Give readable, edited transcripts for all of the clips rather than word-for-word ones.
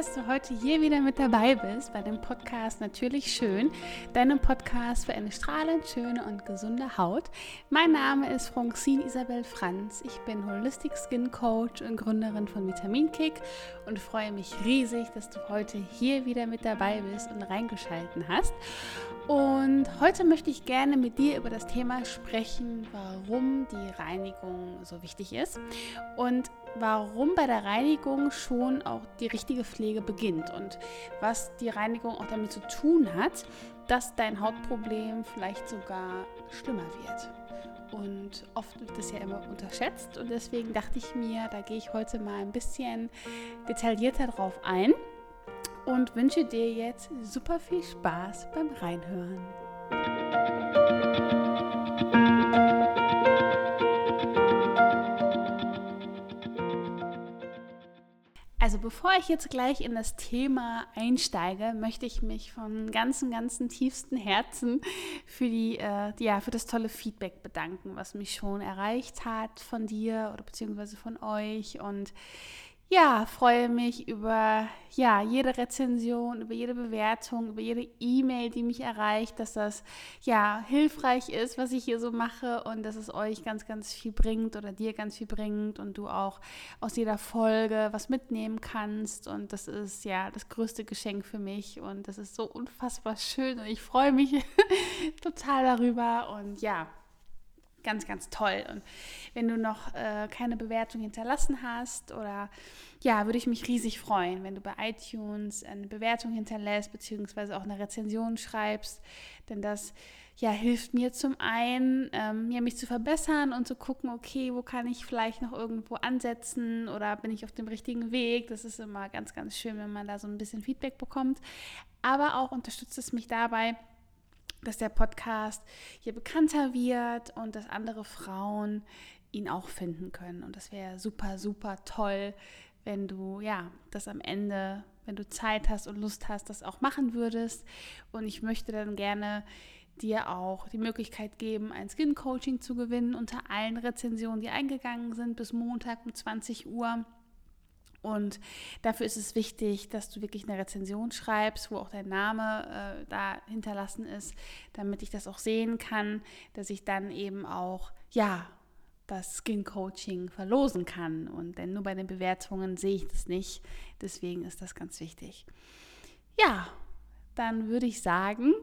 dass du heute hier wieder mit dabei bist bei dem Podcast Natürlich Schön, deinem Podcast für eine strahlend schöne und gesunde Haut. Mein Name ist Francine Isabel Franz. Ich bin Holistic Skin Coach und Gründerin von Vitamin Kick und freue mich riesig, dass du heute hier wieder mit dabei bist und reingeschalten hast. Und heute möchte ich gerne mit dir über das Thema sprechen, warum die Reinigung so wichtig ist und warum bei der Reinigung schon auch die richtige Pflege beginnt und was die Reinigung auch damit zu tun hat, dass dein Hautproblem vielleicht sogar schlimmer wird. Und oft wird das ja immer unterschätzt und deswegen dachte ich mir, da gehe ich heute mal ein bisschen detaillierter drauf ein und wünsche dir jetzt super viel Spaß beim Reinhören. Also bevor ich jetzt gleich in das Thema einsteige, möchte ich mich von ganzem tiefsten Herzen für das tolle Feedback bedanken, was mich schon erreicht hat von dir oder beziehungsweise von euch. Und ja, freue mich über jede Rezension, über jede Bewertung, über jede E-Mail, die mich erreicht, dass das hilfreich ist, was ich hier so mache und dass es euch ganz viel bringt oder dir ganz viel bringt und du auch aus jeder Folge was mitnehmen kannst. Und das ist das größte Geschenk für mich und das ist so unfassbar schön und ich freue mich total darüber und ganz toll. Und wenn du noch keine Bewertung hinterlassen hast oder würde ich mich riesig freuen, wenn du bei iTunes eine Bewertung hinterlässt, beziehungsweise auch eine Rezension schreibst, denn das hilft mir zum einen, mich zu verbessern und zu gucken, okay, wo kann ich vielleicht noch irgendwo ansetzen oder bin ich auf dem richtigen Weg. Das ist immer ganz schön, wenn man da so ein bisschen Feedback bekommt, aber auch unterstützt es mich dabei, dass der Podcast hier bekannter wird und dass andere Frauen ihn auch finden können. Und das wäre super toll, wenn du das am Ende, wenn du Zeit hast und Lust hast, das auch machen würdest. Und ich möchte dann gerne dir auch die Möglichkeit geben, ein Skin-Coaching zu gewinnen unter allen Rezensionen, die eingegangen sind bis Montag um 20 Uhr. Und dafür ist es wichtig, dass du wirklich eine Rezension schreibst, wo auch dein Name da hinterlassen ist, damit ich das auch sehen kann, dass ich dann eben auch das Skin Coaching verlosen kann. Und denn nur bei den Bewertungen sehe ich das nicht. Deswegen ist das ganz wichtig. Ja, dann würde ich sagen,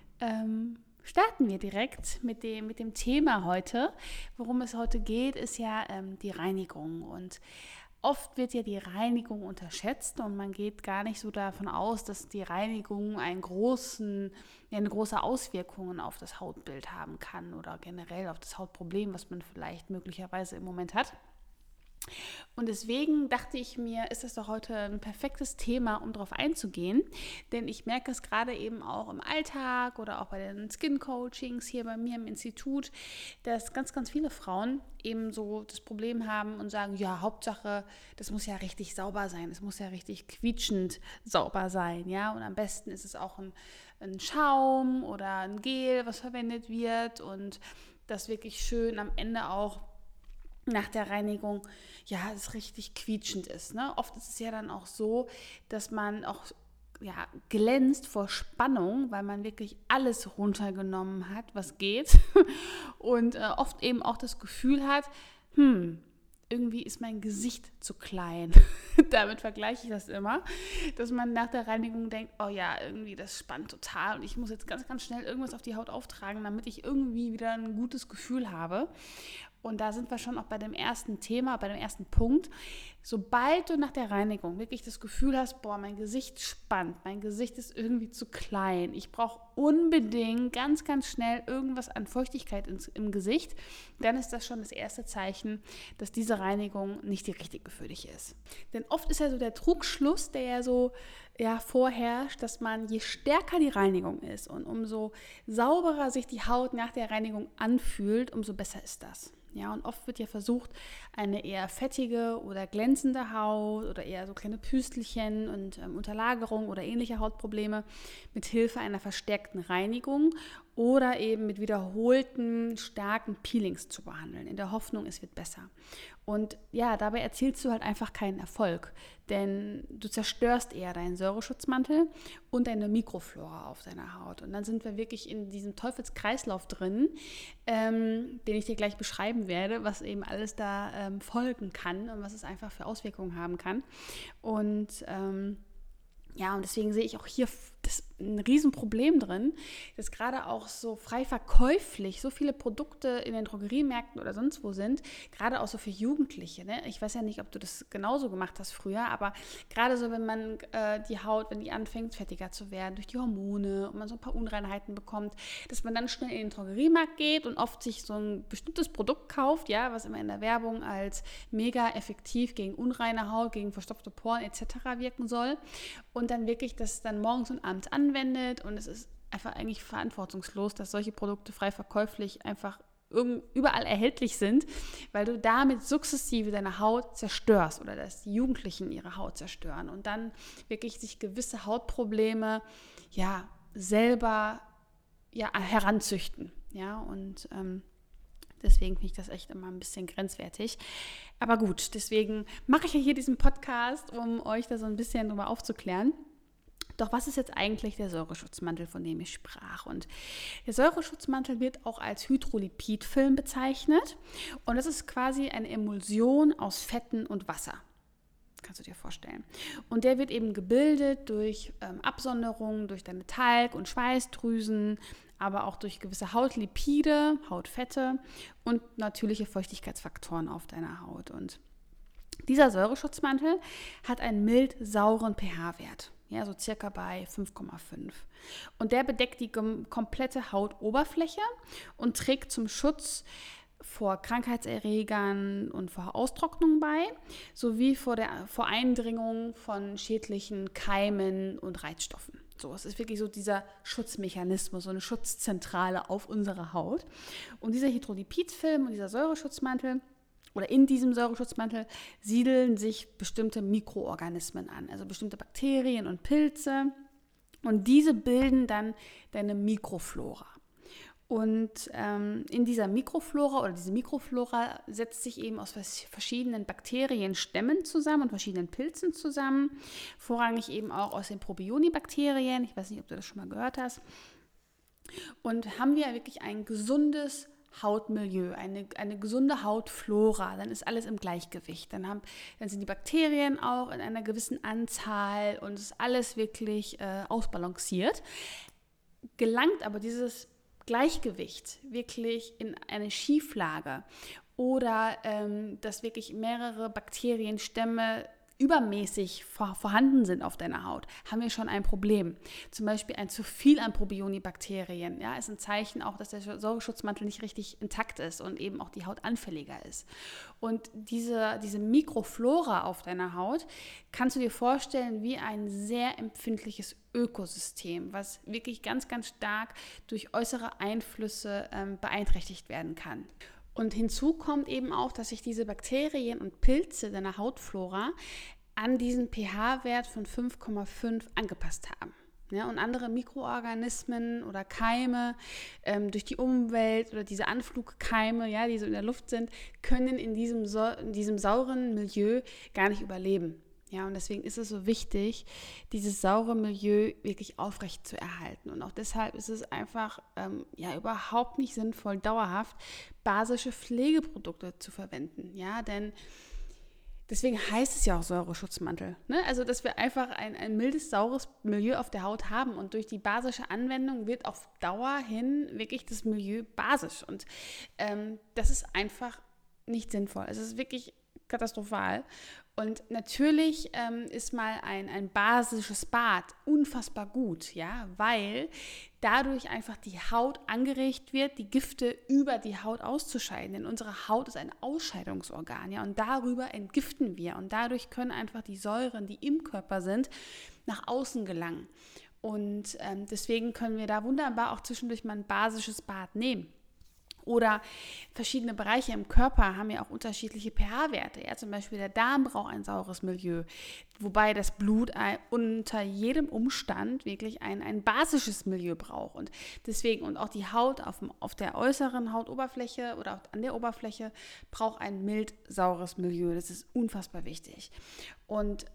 starten wir direkt mit dem Thema heute. Worum es heute geht, ist die Reinigung. Und oft wird die Reinigung unterschätzt und man geht gar nicht so davon aus, dass die Reinigung eine große Auswirkungen auf das Hautbild haben kann oder generell auf das Hautproblem, was man vielleicht möglicherweise im Moment hat. Und deswegen dachte ich mir, ist das doch heute ein perfektes Thema, um darauf einzugehen, denn ich merke es gerade eben auch im Alltag oder auch bei den Skin-Coachings hier bei mir im Institut, dass ganz viele Frauen eben so das Problem haben und sagen, Hauptsache, das muss ja richtig sauber sein, es muss ja richtig quietschend sauber sein, und am besten ist es auch ein Schaum oder ein Gel, was verwendet wird und das wirklich schön am Ende auch nach der Reinigung, es richtig quietschend ist. Ne? Oft ist es ja dann auch so, dass man auch glänzt vor Spannung, weil man wirklich alles runtergenommen hat, was geht. Und oft eben auch das Gefühl hat, irgendwie ist mein Gesicht zu klein. Damit vergleiche ich das immer, dass man nach der Reinigung denkt, irgendwie das spannt total und ich muss jetzt ganz schnell irgendwas auf die Haut auftragen, damit ich irgendwie wieder ein gutes Gefühl habe. Und da sind wir schon auch bei dem ersten Thema, bei dem ersten Punkt. Sobald du nach der Reinigung wirklich das Gefühl hast, mein Gesicht spannt, mein Gesicht ist irgendwie zu klein, ich brauche unbedingt ganz schnell irgendwas an Feuchtigkeit im Gesicht, dann ist das schon das erste Zeichen, dass diese Reinigung nicht die richtige für dich ist. Denn oft ist ja so der Trugschluss, der vorherrscht, dass man, je stärker die Reinigung ist und umso sauberer sich die Haut nach der Reinigung anfühlt, umso besser ist das. Ja, und oft wird versucht, eine eher fettige oder glänzende Haut oder eher so kleine Püstelchen und Unterlagerung oder ähnliche Hautprobleme mit Hilfe einer verstärkten Reinigung oder eben mit wiederholten starken Peelings zu behandeln, in der Hoffnung, es wird besser. Und ja, dabei erzielst du halt einfach keinen Erfolg, denn du zerstörst eher deinen Säureschutzmantel und deine Mikroflora auf deiner Haut. Und dann sind wir wirklich in diesem Teufelskreislauf drin, den ich dir gleich beschreiben werde, was eben alles da folgen kann und was es einfach für Auswirkungen haben kann. Und und deswegen sehe ich auch hier ein Riesenproblem drin, dass gerade auch so frei verkäuflich so viele Produkte in den Drogeriemärkten oder sonst wo sind, gerade auch so für Jugendliche. Ne? Ich weiß ja nicht, ob du das genauso gemacht hast früher, aber gerade so, wenn man die Haut, wenn die anfängt fettiger zu werden durch die Hormone und man so ein paar Unreinheiten bekommt, dass man dann schnell in den Drogeriemarkt geht und oft sich so ein bestimmtes Produkt kauft, ja, was immer in der Werbung als mega effektiv gegen unreine Haut, gegen verstopfte Poren etc. wirken soll und dann wirklich das dann morgens und abends anwendet und es ist einfach eigentlich verantwortungslos, dass solche Produkte frei verkäuflich einfach überall erhältlich sind, weil du damit sukzessive deine Haut zerstörst oder dass die Jugendlichen ihre Haut zerstören und dann wirklich sich gewisse Hautprobleme selber heranzüchten. Ja, und deswegen finde ich das echt immer ein bisschen grenzwertig. Aber gut, deswegen mache ich ja hier diesen Podcast, um euch da so ein bisschen drüber aufzuklären. Doch was ist jetzt eigentlich der Säureschutzmantel, von dem ich sprach? Und der Säureschutzmantel wird auch als Hydrolipidfilm bezeichnet. Und das ist quasi eine Emulsion aus Fetten und Wasser. Kannst du dir vorstellen. Und der wird eben gebildet durch Absonderung, durch deine Talg- und Schweißdrüsen, aber auch durch gewisse Hautlipide, Hautfette und natürliche Feuchtigkeitsfaktoren auf deiner Haut. Und dieser Säureschutzmantel hat einen mild-sauren pH-Wert. Ja, so circa bei 5,5. Und der bedeckt die komplette Hautoberfläche und trägt zum Schutz vor Krankheitserregern und vor Austrocknung bei, sowie vor Eindringung von schädlichen Keimen und Reizstoffen. So, es ist wirklich so dieser Schutzmechanismus, so eine Schutzzentrale auf unserer Haut. Und dieser Hydrolipidfilm und dieser Säureschutzmantel oder in diesem Säureschutzmantel siedeln sich bestimmte Mikroorganismen an, also bestimmte Bakterien und Pilze. Und diese bilden dann deine Mikroflora. Und in dieser Mikroflora oder diese Mikroflora setzt sich eben aus verschiedenen Bakterienstämmen zusammen und verschiedenen Pilzen zusammen. Vorrangig eben auch aus den Probionibakterien. Ich weiß nicht, ob du das schon mal gehört hast. Und haben wir wirklich ein gesundes Hautmilieu, eine gesunde Hautflora, dann ist alles im Gleichgewicht. Dann sind die Bakterien auch in einer gewissen Anzahl und es ist alles wirklich ausbalanciert. Gelangt aber dieses Gleichgewicht wirklich in eine Schieflage oder dass wirklich mehrere Bakterienstämme übermäßig vorhanden sind auf deiner Haut, haben wir schon ein Problem. Zum Beispiel ein zu viel an Probionibakterien, ja, ist ein Zeichen auch, dass der Säureschutzmantel nicht richtig intakt ist und eben auch die Haut anfälliger ist. Und diese Mikroflora auf deiner Haut kannst du dir vorstellen wie ein sehr empfindliches Ökosystem, was wirklich ganz, ganz stark durch äußere Einflüsse beeinträchtigt werden kann. Und hinzu kommt eben auch, dass sich diese Bakterien und Pilze deiner Hautflora an diesen pH-Wert von 5,5 angepasst haben. Ja, und andere Mikroorganismen oder Keime durch die Umwelt oder diese Anflugkeime, ja, die so in der Luft sind, können in diesem sauren Milieu gar nicht überleben. Ja, und deswegen ist es so wichtig, dieses saure Milieu wirklich aufrecht zu erhalten. Und auch deshalb ist es einfach überhaupt nicht sinnvoll, dauerhaft basische Pflegeprodukte zu verwenden. Ja, denn deswegen heißt es ja auch Säureschutzmantel. Ne? Also, dass wir einfach ein mildes, saures Milieu auf der Haut haben. Und durch die basische Anwendung wird auf Dauer hin wirklich das Milieu basisch. Und das ist einfach nicht sinnvoll. Es ist wirklich katastrophal. Und natürlich ist mal ein basisches Bad unfassbar gut, ja, weil dadurch einfach die Haut angeregt wird, die Gifte über die Haut auszuscheiden. Denn unsere Haut ist ein Ausscheidungsorgan, ja, und darüber entgiften wir. Und dadurch können einfach die Säuren, die im Körper sind, nach außen gelangen. Und deswegen können wir da wunderbar auch zwischendurch mal ein basisches Bad nehmen. Oder verschiedene Bereiche im Körper haben ja auch unterschiedliche pH-Werte. Ja, zum Beispiel der Darm braucht ein saures Milieu, wobei das Blut unter jedem Umstand wirklich ein basisches Milieu braucht. Und deswegen, und auch die Haut auf der äußeren Hautoberfläche oder an der Oberfläche braucht ein mild saures Milieu. Das ist unfassbar wichtig. Und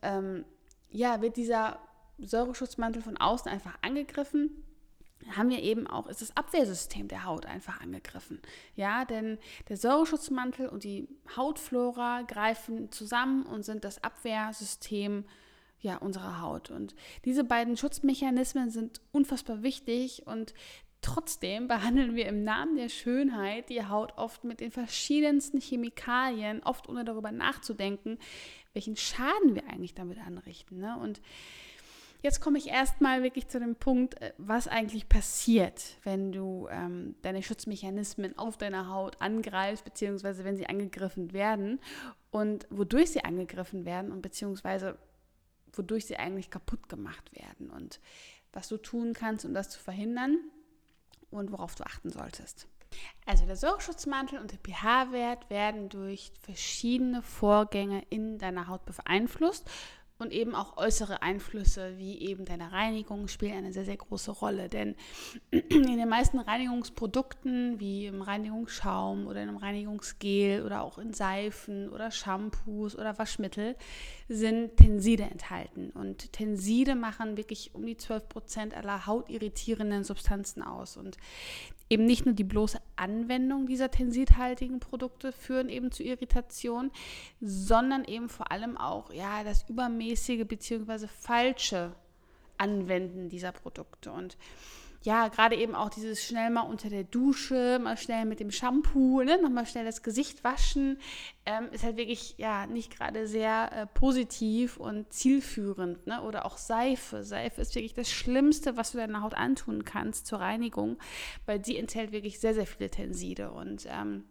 wird dieser Säureschutzmantel von außen einfach angegriffen, haben wir eben auch, ist das Abwehrsystem der Haut einfach angegriffen. Ja, denn der Säureschutzmantel und die Hautflora greifen zusammen und sind das Abwehrsystem unserer Haut. Und diese beiden Schutzmechanismen sind unfassbar wichtig und trotzdem behandeln wir im Namen der Schönheit die Haut oft mit den verschiedensten Chemikalien, oft ohne darüber nachzudenken, welchen Schaden wir eigentlich damit anrichten. Ne? Und jetzt komme ich erstmal wirklich zu dem Punkt, was eigentlich passiert, wenn du deine Schutzmechanismen auf deiner Haut angreifst, beziehungsweise wenn sie angegriffen werden und wodurch sie angegriffen werden und beziehungsweise wodurch sie eigentlich kaputt gemacht werden und was du tun kannst, um das zu verhindern und worauf du achten solltest. Also der Säureschutzmantel und der pH-Wert werden durch verschiedene Vorgänge in deiner Haut beeinflusst. Und eben auch äußere Einflüsse wie eben deine Reinigung spielen eine sehr, sehr große Rolle. Denn in den meisten Reinigungsprodukten wie im Reinigungsschaum oder im Reinigungsgel oder auch in Seifen oder Shampoos oder Waschmittel sind Tenside enthalten. Und Tenside machen wirklich um die 12% aller hautirritierenden Substanzen aus. Und eben nicht nur die bloße Anwendung dieser tensidhaltigen Produkte führen eben zu Irritation, sondern eben vor allem auch das übermäßige bzw. falsche Anwenden dieser Produkte. Und gerade eben auch dieses schnell mal unter der Dusche, mal schnell mit dem Shampoo, nochmal schnell das Gesicht waschen, ist halt wirklich nicht gerade sehr positiv und zielführend. Ne? Oder auch Seife. Seife ist wirklich das Schlimmste, was du deiner Haut antun kannst zur Reinigung, weil sie enthält wirklich sehr, sehr viele Tenside. Und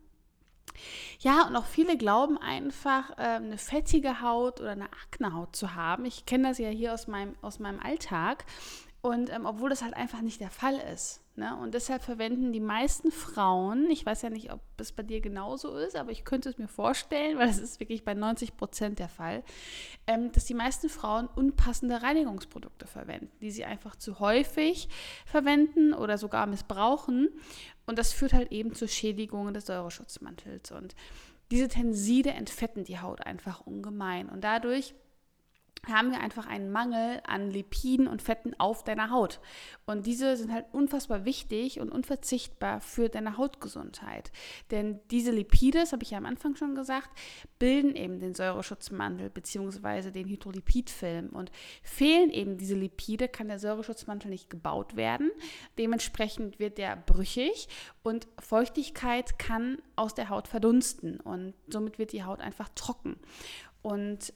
und auch viele glauben einfach, eine fettige Haut oder eine Aknehaut zu haben. Ich kenne das ja hier aus meinem Alltag. Und obwohl das halt einfach nicht der Fall ist. Ne? Und deshalb verwenden die meisten Frauen, ich weiß ja nicht, ob es bei dir genauso ist, aber ich könnte es mir vorstellen, weil das ist wirklich bei 90% der Fall, dass die meisten Frauen unpassende Reinigungsprodukte verwenden, die sie einfach zu häufig verwenden oder sogar missbrauchen. Und das führt halt eben zur Schädigungen des Säureschutzmantels. Und diese Tenside entfetten die Haut einfach ungemein. Und dadurch haben wir einfach einen Mangel an Lipiden und Fetten auf deiner Haut. Und diese sind halt unfassbar wichtig und unverzichtbar für deine Hautgesundheit. Denn diese Lipide, das habe ich ja am Anfang schon gesagt, bilden eben den Säureschutzmantel bzw. den Hydrolipidfilm. Und fehlen eben diese Lipide, kann der Säureschutzmantel nicht gebaut werden. Dementsprechend wird der brüchig und Feuchtigkeit kann aus der Haut verdunsten. Und somit wird die Haut einfach trocken. Und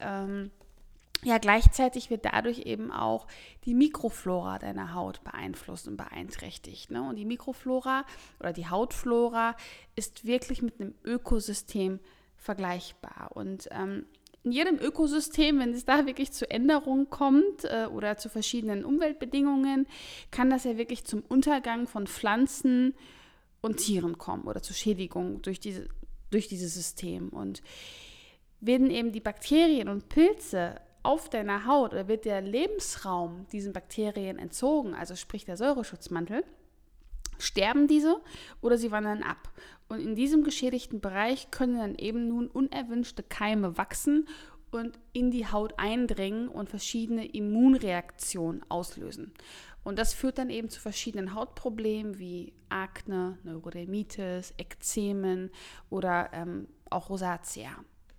gleichzeitig wird dadurch eben auch die Mikroflora deiner Haut beeinflusst und beeinträchtigt. Ne? Und die Mikroflora oder die Hautflora ist wirklich mit einem Ökosystem vergleichbar. Und in jedem Ökosystem, wenn es da wirklich zu Änderungen kommt oder zu verschiedenen Umweltbedingungen, kann das ja wirklich zum Untergang von Pflanzen und Tieren kommen oder zur Schädigung durch dieses System. Und werden eben die Bakterien und Pilze auf deiner Haut oder wird der Lebensraum diesen Bakterien entzogen, also sprich der Säureschutzmantel, sterben diese oder sie wandern ab. Und in diesem geschädigten Bereich können dann eben nun unerwünschte Keime wachsen und in die Haut eindringen und verschiedene Immunreaktionen auslösen. Und das führt dann eben zu verschiedenen Hautproblemen wie Akne, Neurodermitis, Ekzemen oder auch Rosatia.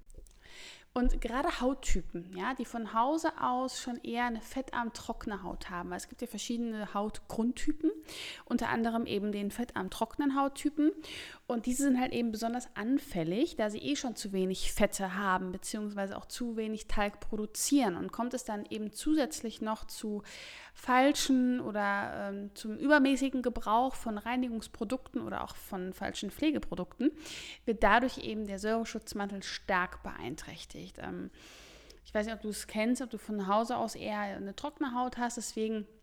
Und gerade Hauttypen, die von Hause aus schon eher eine fettarm-trockene Haut haben. Es gibt ja verschiedene Hautgrundtypen, unter anderem eben den fettarm-trockenen Hauttypen. Und diese sind halt eben besonders anfällig, da sie schon zu wenig Fette haben, beziehungsweise auch zu wenig Talg produzieren. Und kommt es dann eben zusätzlich noch zu falschen oder zum übermäßigen Gebrauch von Reinigungsprodukten oder auch von falschen Pflegeprodukten, wird dadurch eben der Säureschutzmantel stark beeinträchtigt. Ich weiß nicht, ob du es kennst, ob du von Hause aus eher eine trockene Haut hast, deswegen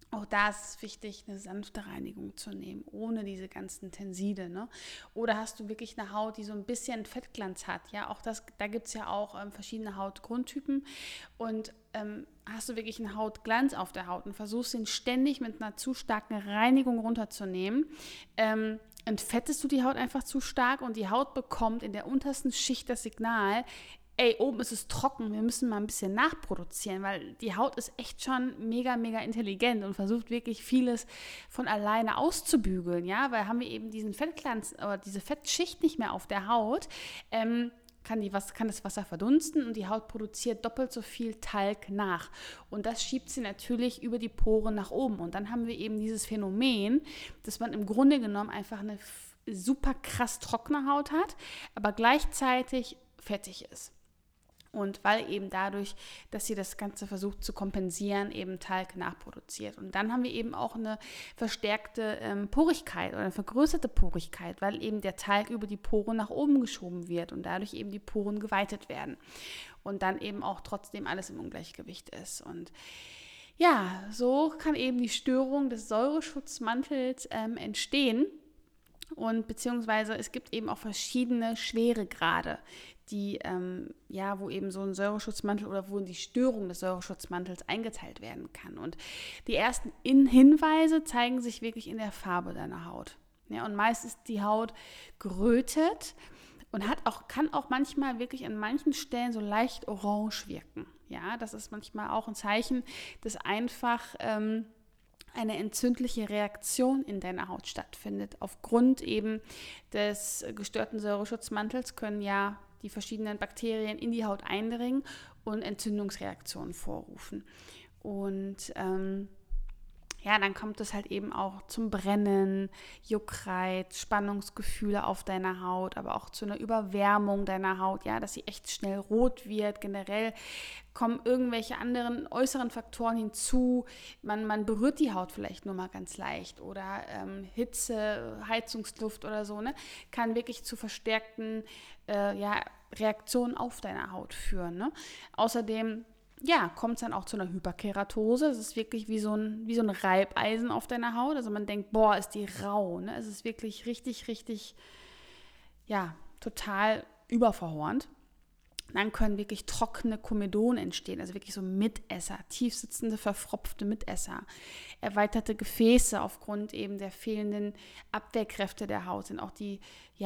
Auch da ist es wichtig, eine sanfte Reinigung zu nehmen, ohne diese ganzen Tenside. Ne? Oder hast du wirklich eine Haut, die so ein bisschen Fettglanz hat? Ja, auch da gibt es ja auch verschiedene Hautgrundtypen. Und hast du wirklich einen Hautglanz auf der Haut und versuchst ihn ständig mit einer zu starken Reinigung runterzunehmen, entfettest du die Haut einfach zu stark und die Haut bekommt in der untersten Schicht das Signal, ey, oben ist es trocken, wir müssen mal ein bisschen nachproduzieren, weil die Haut ist echt schon mega, mega intelligent und versucht wirklich vieles von alleine auszubügeln, ja, weil haben wir eben diesen Fettglanz oder diese Fettschicht nicht mehr auf der Haut, kann das Wasser verdunsten und die Haut produziert doppelt so viel Talg nach. Und das schiebt sie natürlich über die Poren nach oben. Und dann haben wir eben dieses Phänomen, dass man im Grunde genommen einfach eine super krass trockene Haut hat, aber gleichzeitig fettig ist. Und weil eben dadurch, dass sie das Ganze versucht zu kompensieren, eben Talg nachproduziert. Und dann haben wir eben auch eine verstärkte Porigkeit oder eine vergrößerte Porigkeit, weil eben der Talg über die Poren nach oben geschoben wird und dadurch eben die Poren geweitet werden. Und dann eben auch trotzdem alles im Ungleichgewicht ist. Und ja, so kann eben die Störung des Säureschutzmantels entstehen. Und beziehungsweise es gibt eben auch verschiedene Schweregrade, die, wo eben so ein Säureschutzmantel oder wo die Störung des Säureschutzmantels eingeteilt werden kann. Und die ersten Hinweise zeigen sich wirklich in der Farbe deiner Haut. Ja, und meist ist die Haut gerötet und kann auch manchmal wirklich an manchen Stellen so leicht orange wirken. Ja, das ist manchmal auch ein Zeichen, dass einfach eine entzündliche Reaktion in deiner Haut stattfindet. Aufgrund eben des gestörten Säureschutzmantels können ja die verschiedenen Bakterien in die Haut eindringen und Entzündungsreaktionen vorrufen. Und dann kommt es halt eben auch zum Brennen, Juckreiz, Spannungsgefühle auf deiner Haut, aber auch zu einer Überwärmung deiner Haut, ja, dass sie echt schnell rot wird. Generell kommen irgendwelche anderen äußeren Faktoren hinzu. Man berührt die Haut vielleicht nur mal ganz leicht oder Hitze, Heizungsluft oder so, ne, kann wirklich zu verstärkten Reaktionen auf deiner Haut führen. Ne? Außerdem kommt es dann auch zu einer Hyperkeratose. Es ist wirklich wie so ein Reibeisen auf deiner Haut. Also man denkt, boah, ist die rau. Ne? Es ist wirklich richtig, richtig, total überverhornt. Dann können wirklich trockene Komedonen entstehen, also wirklich so Mitesser, tiefsitzende, verfropfte Mitesser. Erweiterte Gefäße aufgrund eben der fehlenden Abwehrkräfte der Haut sind auch die,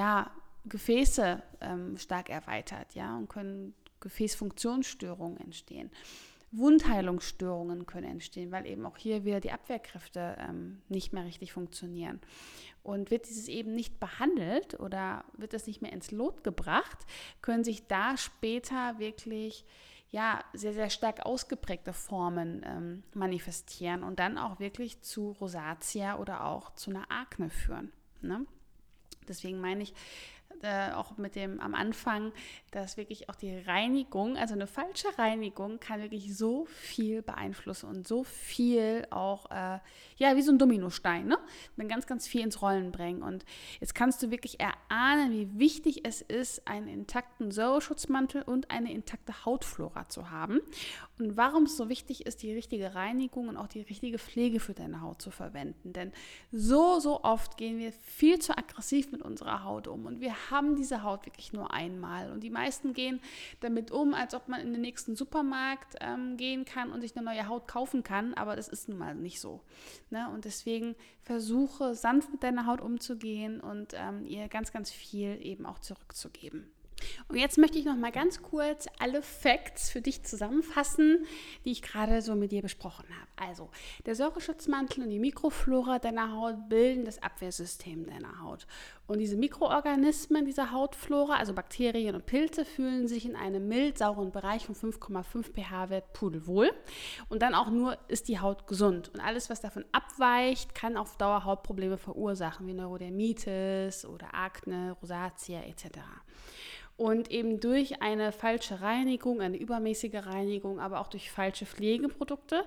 Gefäße stark erweitert, und können Gefäßfunktionsstörungen entstehen. Wundheilungsstörungen können entstehen, weil eben auch hier wieder die Abwehrkräfte nicht mehr richtig funktionieren. Und wird dieses eben nicht behandelt oder wird das nicht mehr ins Lot gebracht, können sich da später wirklich sehr, sehr stark ausgeprägte Formen manifestieren und dann auch wirklich zu Rosatia oder auch zu einer Akne führen. Ne? Deswegen meine ich, auch mit dem am Anfang, dass wirklich auch die Reinigung, also eine falsche Reinigung kann wirklich so viel beeinflussen und so viel auch, wie so ein Dominostein, ne? Dann ganz, ganz viel ins Rollen bringen. Und jetzt kannst du wirklich erahnen, wie wichtig es ist, einen intakten Säureschutzmantel und eine intakte Hautflora zu haben. Und warum es so wichtig ist, die richtige Reinigung und auch die richtige Pflege für deine Haut zu verwenden. Denn so oft gehen wir viel zu aggressiv mit unserer Haut um und wir haben diese Haut wirklich nur einmal. Und die meisten gehen damit um, als ob man in den nächsten Supermarkt gehen kann und sich eine neue Haut kaufen kann, aber das ist nun mal nicht so. Ne? Und deswegen versuche sanft mit deiner Haut umzugehen und ihr ganz, ganz viel eben auch zurückzugeben. Und jetzt möchte ich noch mal ganz kurz alle Facts für dich zusammenfassen, die ich gerade so mit dir besprochen habe. Also, der Säureschutzmantel und die Mikroflora deiner Haut bilden das Abwehrsystem deiner Haut. Und diese Mikroorganismen dieser Hautflora, also Bakterien und Pilze, fühlen sich in einem mild-sauren Bereich von 5,5 pH-Wert pudelwohl. Und dann auch nur ist die Haut gesund. Und alles, was davon abweicht, kann auf Dauer Hautprobleme verursachen, wie Neurodermitis oder Akne, Rosatia etc. Und eben durch eine falsche Reinigung, eine übermäßige Reinigung, aber auch durch falsche Pflegeprodukte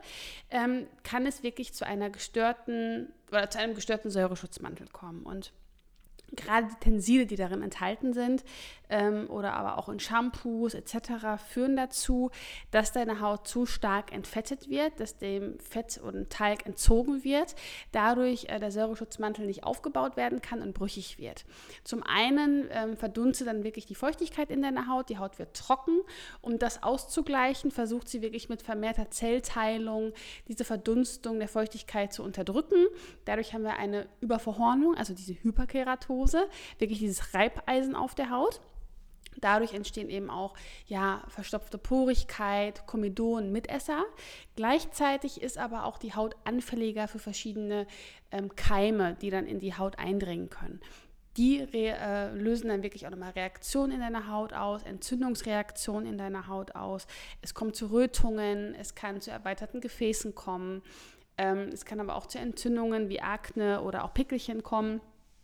kann es wirklich zu einem gestörten Säureschutzmantel kommen. Und Gerade die Tenside, die darin enthalten sind oder aber auch in Shampoos etc. führen dazu, dass deine Haut zu stark entfettet wird, dass dem Fett und Talg entzogen wird, dadurch der Säureschutzmantel nicht aufgebaut werden kann und brüchig wird. Zum einen verdunstet dann wirklich die Feuchtigkeit in deiner Haut, die Haut wird trocken. Um das auszugleichen, versucht sie wirklich mit vermehrter Zellteilung diese Verdunstung der Feuchtigkeit zu unterdrücken. Dadurch haben wir eine Überverhornung, also diese Hyperkeratose, wirklich dieses Reibeisen auf der Haut. Dadurch entstehen eben auch verstopfte Porigkeit, Komedonen, Mitesser. Gleichzeitig ist aber auch die Haut anfälliger für verschiedene Keime, die dann in die Haut eindringen können. Die lösen dann wirklich auch nochmal Reaktionen in deiner Haut aus, Entzündungsreaktionen in deiner Haut aus. Es kommt zu Rötungen, es kann zu erweiterten Gefäßen kommen. Es kann aber auch zu Entzündungen wie Akne oder auch Pickelchen kommen.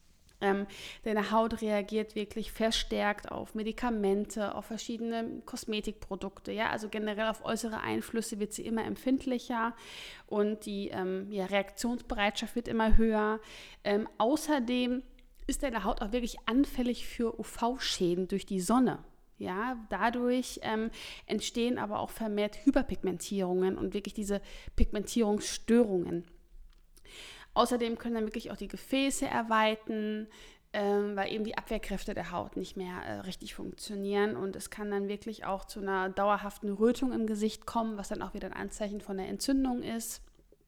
Deine Haut reagiert wirklich verstärkt auf Medikamente, auf verschiedene Kosmetikprodukte. Ja? Also generell auf äußere Einflüsse wird sie immer empfindlicher und die Reaktionsbereitschaft wird immer höher. Außerdem ist deine Haut auch wirklich anfällig für UV-Schäden durch die Sonne. Ja, dadurch entstehen aber auch vermehrt Hyperpigmentierungen und wirklich diese Pigmentierungsstörungen. Außerdem können dann wirklich auch die Gefäße erweitern, weil eben die Abwehrkräfte der Haut nicht mehr richtig funktionieren. Und es kann dann wirklich auch zu einer dauerhaften Rötung im Gesicht kommen, was dann auch wieder ein Anzeichen von der Entzündung ist.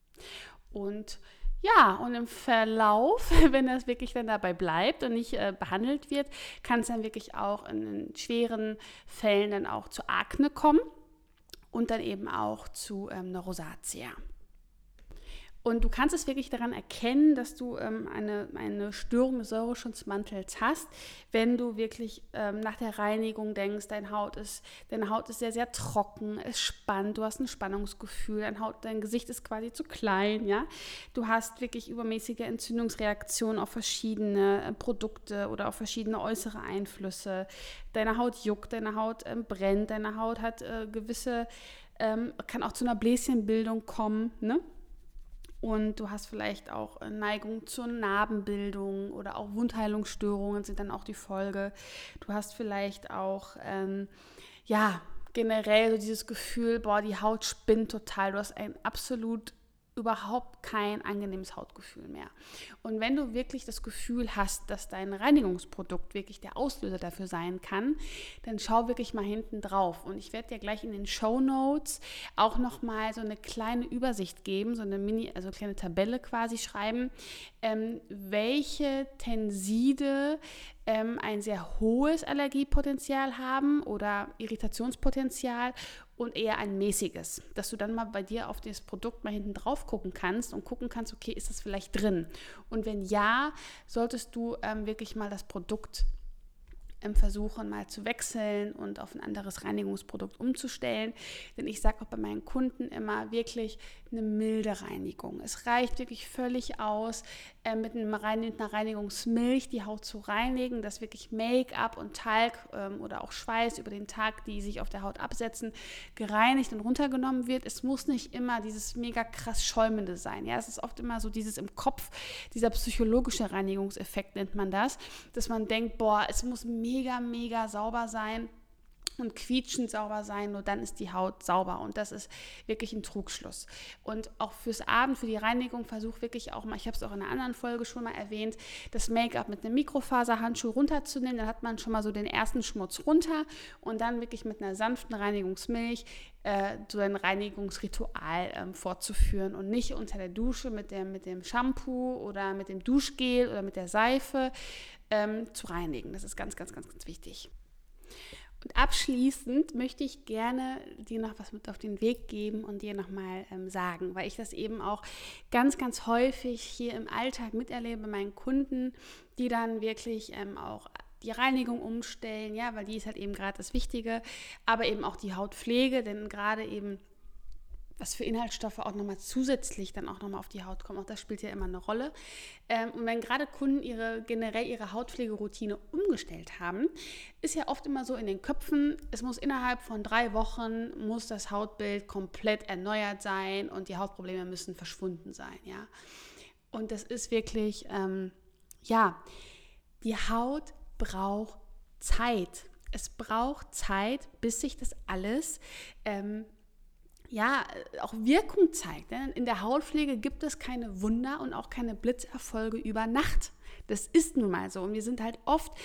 Und im Verlauf, wenn das wirklich dann dabei bleibt und nicht behandelt wird, kann es dann wirklich auch in schweren Fällen dann auch zu Akne kommen und dann eben auch zu einer Rosatia. Und du kannst es wirklich daran erkennen, dass du eine Störung des Säureschutzmantels hast, wenn du wirklich nach der Reinigung denkst, deine Haut ist sehr, sehr trocken, es spannt, du hast ein Spannungsgefühl, dein Gesicht ist quasi zu klein, ja. Du hast wirklich übermäßige Entzündungsreaktionen auf verschiedene Produkte oder auf verschiedene äußere Einflüsse. Deine Haut juckt, deine Haut brennt, deine Haut hat kann auch zu einer Bläschenbildung kommen, ne? Und du hast vielleicht auch Neigung zur Narbenbildung oder auch Wundheilungsstörungen sind dann auch die Folge. Du hast vielleicht auch, generell so dieses Gefühl, die Haut spinnt total. Du hast überhaupt kein angenehmes Hautgefühl mehr. Und wenn du wirklich das Gefühl hast, dass dein Reinigungsprodukt wirklich der Auslöser dafür sein kann, dann schau wirklich mal hinten drauf. Und ich werde dir gleich in den Shownotes auch nochmal so eine kleine Übersicht geben, so eine kleine Tabelle quasi schreiben, welche Tenside ein sehr hohes Allergiepotenzial haben oder Irritationspotenzial und eher ein mäßiges, dass du dann mal bei dir auf das Produkt mal hinten drauf gucken kannst und gucken kannst, okay, ist das vielleicht drin? Und wenn ja, solltest du wirklich mal das Produkt versuchen, mal zu wechseln und auf ein anderes Reinigungsprodukt umzustellen. Denn ich sage auch bei meinen Kunden immer wirklich eine milde Reinigung. Es reicht wirklich völlig aus, mit einer Reinigungsmilch die Haut zu reinigen, dass wirklich Make-up und Talg oder auch Schweiß über den Tag, die sich auf der Haut absetzen, gereinigt und runtergenommen wird. Es muss nicht immer dieses mega krass Schäumende sein. Ja? Es ist oft immer so dieses im Kopf, dieser psychologische Reinigungseffekt nennt man das, dass man denkt, es muss mega, mega sauber sein und quietschend sauber sein, nur dann ist die Haut sauber und das ist wirklich ein Trugschluss. Und auch fürs Abend, für die Reinigung, versuch wirklich auch mal, ich habe es auch in einer anderen Folge schon mal erwähnt, das Make-up mit einem Mikrofaserhandschuh runterzunehmen, dann hat man schon mal so den ersten Schmutz runter und dann wirklich mit einer sanften Reinigungsmilch so ein Reinigungsritual fortzuführen und nicht unter der Dusche mit dem Shampoo oder mit dem Duschgel oder mit der Seife zu reinigen. Das ist ganz, ganz, ganz, ganz wichtig. Und abschließend möchte ich gerne dir noch was mit auf den Weg geben und dir nochmal sagen, weil ich das eben auch ganz, ganz häufig hier im Alltag miterlebe bei meinen Kunden, die dann wirklich auch die Reinigung umstellen, ja, weil die ist halt eben gerade das Wichtige, aber eben auch die Hautpflege, denn gerade eben was für Inhaltsstoffe auch nochmal zusätzlich dann auch nochmal auf die Haut kommen. Auch das spielt ja immer eine Rolle. Und wenn gerade Kunden generell ihre Hautpflegeroutine umgestellt haben, ist ja oft immer so in den Köpfen, es muss innerhalb von 3 Wochen, muss das Hautbild komplett erneuert sein und die Hautprobleme müssen verschwunden sein. Ja? Und das ist wirklich, Die Haut braucht Zeit. Es braucht Zeit, bis sich das alles auch Wirkung zeigt. In der Hautpflege gibt es keine Wunder und auch keine Blitzerfolge über Nacht. Das ist nun mal so. Und wir sind halt oft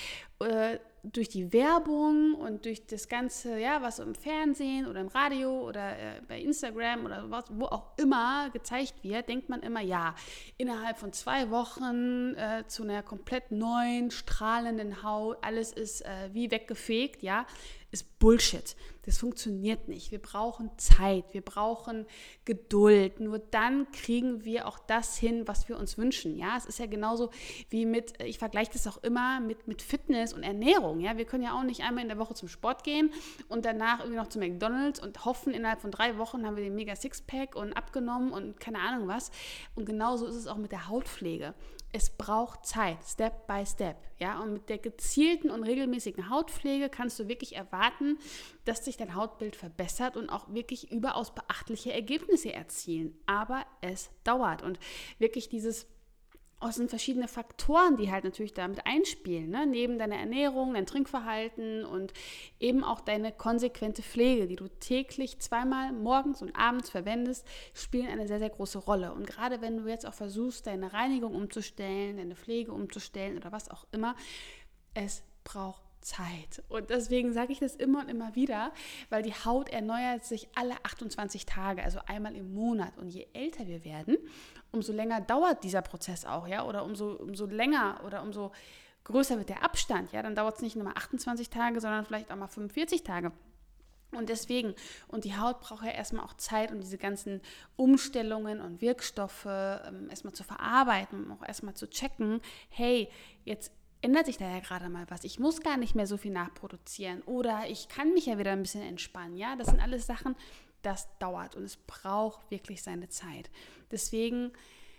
durch die Werbung und durch das Ganze, was so im Fernsehen oder im Radio oder bei Instagram oder wo auch immer gezeigt wird, denkt man immer, innerhalb von 2 Wochen zu einer komplett neuen, strahlenden Haut, alles ist wie weggefegt, ist Bullshit. Das funktioniert nicht. Wir brauchen Zeit, wir brauchen Geduld. Nur dann kriegen wir auch das hin, was wir uns wünschen. Ja, es ist ja genauso wie ich vergleiche das auch immer mit Fitness und Ernährung. Ja, wir können ja auch nicht einmal in der Woche zum Sport gehen und danach irgendwie noch zu McDonald's und hoffen, innerhalb von 3 Wochen haben wir den mega Sixpack und abgenommen und keine Ahnung was. Und genauso ist es auch mit der Hautpflege. Es braucht Zeit, Step by Step. Ja? Und mit der gezielten und regelmäßigen Hautpflege kannst du wirklich erwarten, dass sich dein Hautbild verbessert und auch wirklich überaus beachtliche Ergebnisse erzielen. Aber es dauert. Und wirklich aus den verschiedenen Faktoren, die halt natürlich damit einspielen, ne? Neben deiner Ernährung, dein Trinkverhalten und eben auch deine konsequente Pflege, die du täglich 2-mal morgens und abends verwendest, spielen eine sehr, sehr große Rolle. Und gerade wenn du jetzt auch versuchst, deine Reinigung umzustellen, deine Pflege umzustellen oder was auch immer, es braucht Zeit. Und deswegen sage ich das immer und immer wieder, weil die Haut erneuert sich alle 28 Tage, also einmal im Monat. Und je älter wir werden, umso länger dauert dieser Prozess auch, oder umso länger oder umso größer wird der Abstand, dann dauert es nicht nur mal 28 Tage, sondern vielleicht auch mal 45 Tage. Und deswegen, und die Haut braucht ja erstmal auch Zeit, um diese ganzen Umstellungen und Wirkstoffe erstmal zu verarbeiten und auch erstmal zu checken, hey, jetzt ändert sich da ja gerade mal was. Ich muss gar nicht mehr so viel nachproduzieren oder ich kann mich ja wieder ein bisschen entspannen. Das sind alles Sachen, das dauert und es braucht wirklich seine Zeit. Deswegen,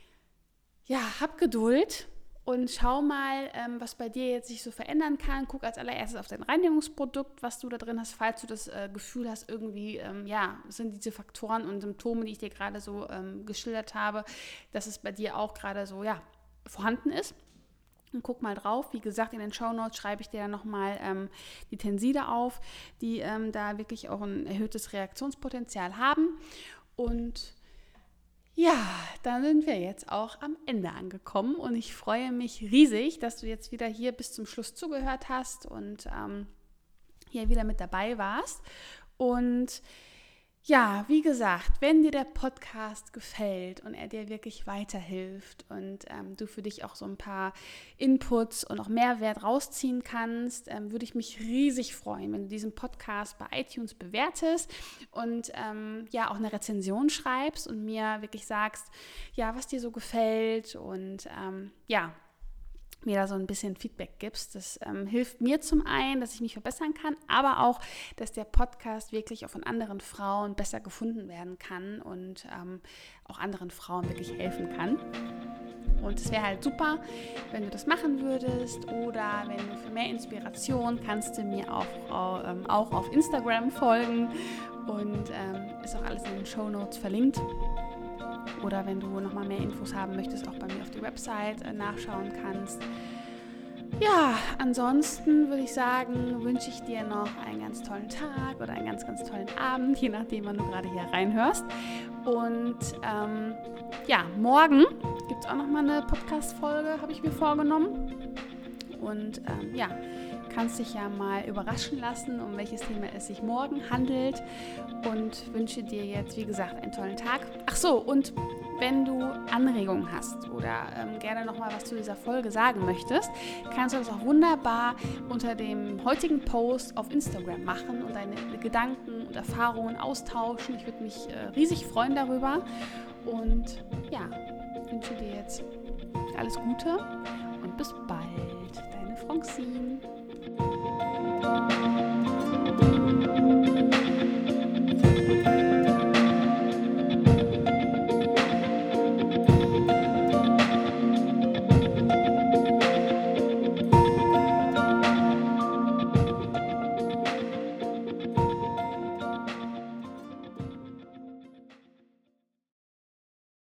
hab Geduld und schau mal, was bei dir jetzt sich so verändern kann. Guck als allererstes auf dein Reinigungsprodukt, was du da drin hast, falls du das Gefühl hast, irgendwie, sind diese Faktoren und Symptome, die ich dir gerade so geschildert habe, dass es bei dir auch gerade so, vorhanden ist. Und guck mal drauf. Wie gesagt, in den Shownotes schreibe ich dir dann nochmal die Tenside auf, die da wirklich auch ein erhöhtes Reaktionspotenzial haben. Und dann sind wir jetzt auch am Ende angekommen. Und ich freue mich riesig, dass du jetzt wieder hier bis zum Schluss zugehört hast und hier wieder mit dabei warst. Und wie gesagt, wenn dir der Podcast gefällt und er dir wirklich weiterhilft und du für dich auch so ein paar Inputs und auch Mehrwert rausziehen kannst, würde ich mich riesig freuen, wenn du diesen Podcast bei iTunes bewertest und auch eine Rezension schreibst und mir wirklich sagst, was dir so gefällt und mir da so ein bisschen Feedback gibst. Das hilft mir zum einen, dass ich mich verbessern kann, aber auch, dass der Podcast wirklich auch von anderen Frauen besser gefunden werden kann und auch anderen Frauen wirklich helfen kann. Und es wäre halt super, wenn du das machen würdest oder wenn du für mehr Inspiration kannst du mir auch auf Instagram folgen und ist auch alles in den Shownotes verlinkt. Oder wenn du nochmal mehr Infos haben möchtest, auch bei mir auf der Website nachschauen kannst. Ansonsten würde ich sagen, wünsche ich dir noch einen ganz tollen Tag oder einen ganz, ganz tollen Abend, je nachdem, wann du gerade hier reinhörst. Und morgen gibt es auch nochmal eine Podcast-Folge, habe ich mir vorgenommen. Und kannst dich ja mal überraschen lassen, um welches Thema es sich morgen handelt und wünsche dir jetzt, wie gesagt, einen tollen Tag. Ach so, und wenn du Anregungen hast oder gerne nochmal was zu dieser Folge sagen möchtest, kannst du das auch wunderbar unter dem heutigen Post auf Instagram machen und deine Gedanken und Erfahrungen austauschen. Ich würde mich riesig freuen darüber und wünsche dir jetzt alles Gute und bis bald. Deine Francine.